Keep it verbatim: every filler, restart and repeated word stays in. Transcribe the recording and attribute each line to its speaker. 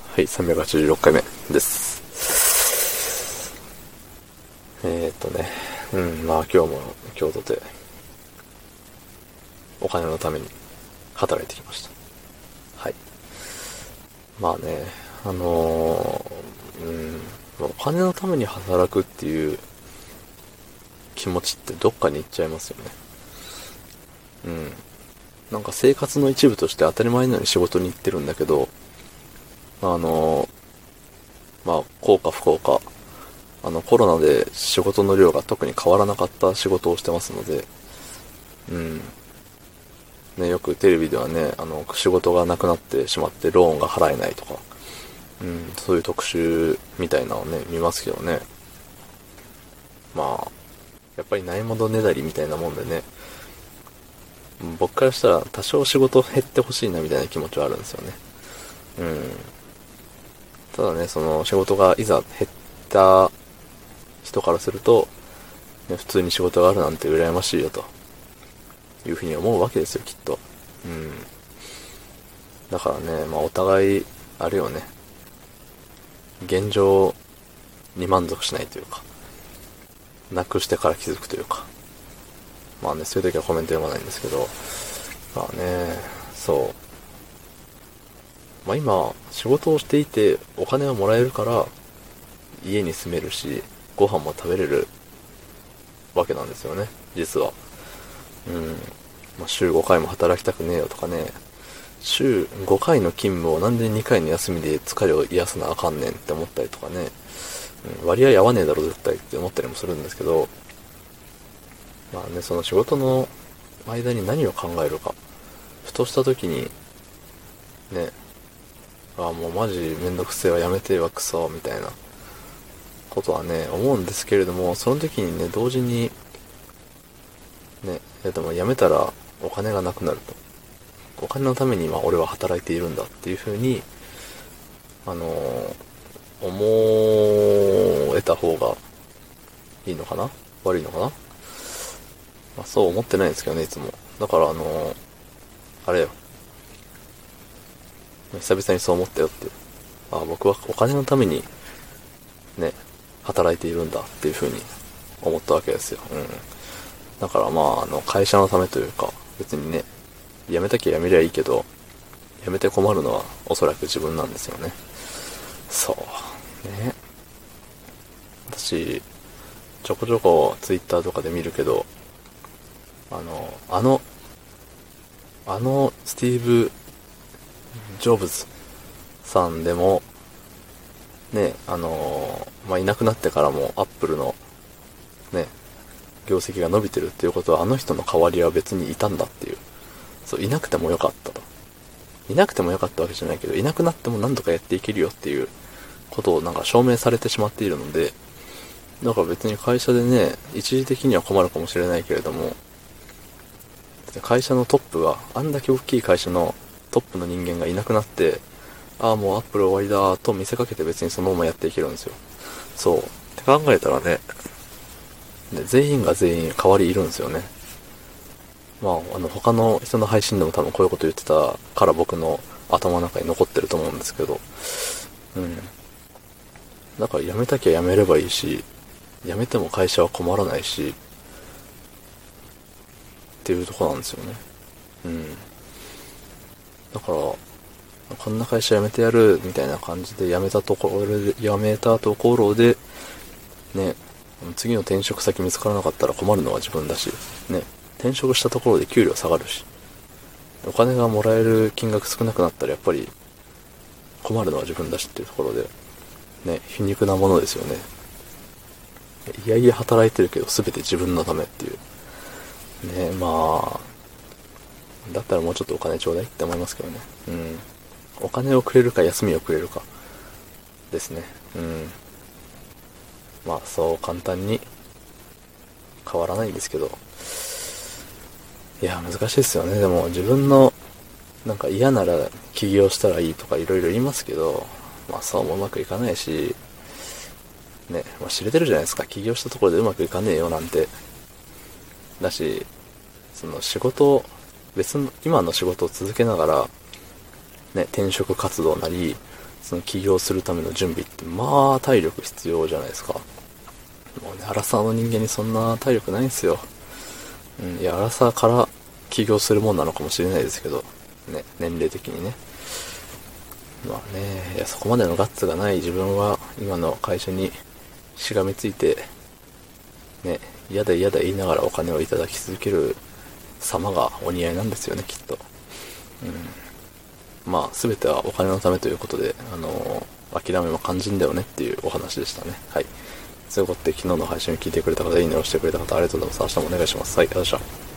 Speaker 1: はい、さんびゃくはちじゅうろっかいめです。えーっとね、うん、まあ今日も今日とて、お金のために働いてきました。はい。まあね、あのー、うん、お金のために働くっていう気持ちってどっかに行っちゃいますよね。うん。なんか生活の一部として当たり前のように仕事に行ってるんだけど、あのー、まあ、幸か不幸か、あのコロナで仕事の量が特に変わらなかった仕事をしてますので、うん。ね、よくテレビではね、あの、仕事がなくなってしまってローンが払えないとか、うん、そういう特集みたいなのをね、見ますけどね。まあ、やっぱりないものねだりみたいなもんでね、僕からしたら多少仕事減ってほしいなみたいな気持ちはあるんですよね。うん。ただね、その仕事がいざ減った人からすると、ね、普通に仕事があるなんて羨ましいよというふうに思うわけですよ、きっと。うん。だからね、まあお互い、あれよね、現状に満足しないというか、なくしてから気づくというか、まあね、そういう時はコメント読まないんですけど、まあね、そう。まあ今、仕事をしていてお金はもらえるから、家に住めるし、ご飯も食べれるわけなんですよね、実は。うん。まあ週ごかいも働きたくねえよとかね、週ごかいの勤務をなんでにかいの休みで疲れを癒すなあかんねんって思ったりとかね、うん、割合合わねえだろ絶対って思ったりもするんですけど、まあね、その仕事の間に何を考えるか、ふとした時に、ね、ああもうマジめんどくせえわやめてえわクソみたいなことはね、思うんですけれども、その時にね、同時に、ね、でもやめたらお金がなくなると。お金のために今俺は働いているんだっていう風に、あのー、思えた方がいいのかな悪いのかな、まあ、そう思ってないんですけどね、いつも。だからあのー、あれよ。久々にそう思ったよっていう。あ、僕はお金のためにね、働いているんだっていう風に思ったわけですよ。うん。だからまあ、あの、会社のためというか、別にね、辞めたきゃ辞めりゃいいけど、辞めて困るのはおそらく自分なんですよね。そう。ね。私、ちょこちょこツイッターとかで見るけど、あの、あの、あのスティーブ・ジョブズさんでも、ね、あの、まあ、いなくなってからもアップルのね、業績が伸びてるっていうことは、あの人の代わりは別にいたんだっていう。そう、いなくてもよかったと。いなくてもよかったわけじゃないけど、いなくなっても何とかやっていけるよっていうことをなんか証明されてしまっているので、だから別に会社でね、一時的には困るかもしれないけれども、会社のトップが、あんだけ大きい会社のトップの人間がいなくなって、ああもうアップル終わりだと見せかけて別にそのままやっていけるんですよ。そう。って考えたらね、で全員が全員代わりいるんですよね。まあ、あの、他の人の配信でも多分こういうこと言ってたから僕の頭の中に残ってると思うんですけど、うん。だから辞めたきゃ辞めればいいし、辞めても会社は困らないし、っていうところなんですよね。うん。だから、こんな会社辞めてやるみたいな感じで辞めたところで、辞めたところで、ね、次の転職先見つからなかったら困るのは自分だし、ね、転職したところで給料下がるし、お金がもらえる金額少なくなったらやっぱり困るのは自分だしっていうところで、ね、皮肉なものですよね。いやいや働いてるけど全て自分のためっていう。ね、まあ、だったらもうちょっとお金ちょうだいって思いますけどね。うん。お金をくれるか休みをくれるかですね。うん。まあそう簡単に変わらないんですけど。いや、難しいですよね。でも自分のなんか嫌なら起業したらいいとかいろいろ言いますけど、まあそうもうまくいかないし、ね、まあ知れてるじゃないですか。起業したところでうまくいかねえよなんて。だし、その仕事、別の、今の仕事を続けながら、ね、転職活動なり、 その起業するための準備って、まあ体力必要じゃないですか。もうね、アラサーの人間にそんな体力ないんですよ。うん、いや、アラサーから起業するもんなのかもしれないですけど、ね、年齢的にね。まあね、いや、そこまでのガッツがない自分は、今の会社にしがみついて、ね、嫌だ嫌だ言いながらお金をいただき続ける様がお似合いなんですよね、きっと。うん。まあ、すべてはお金のためということで、あのー、諦めも肝心だよねっていうお話でしたね。はい。そういうことで昨日の配信を聞いてくれた方、いいねをしてくれた方、ありがとうございます。明日もお願いします。はい、ありがとうございました。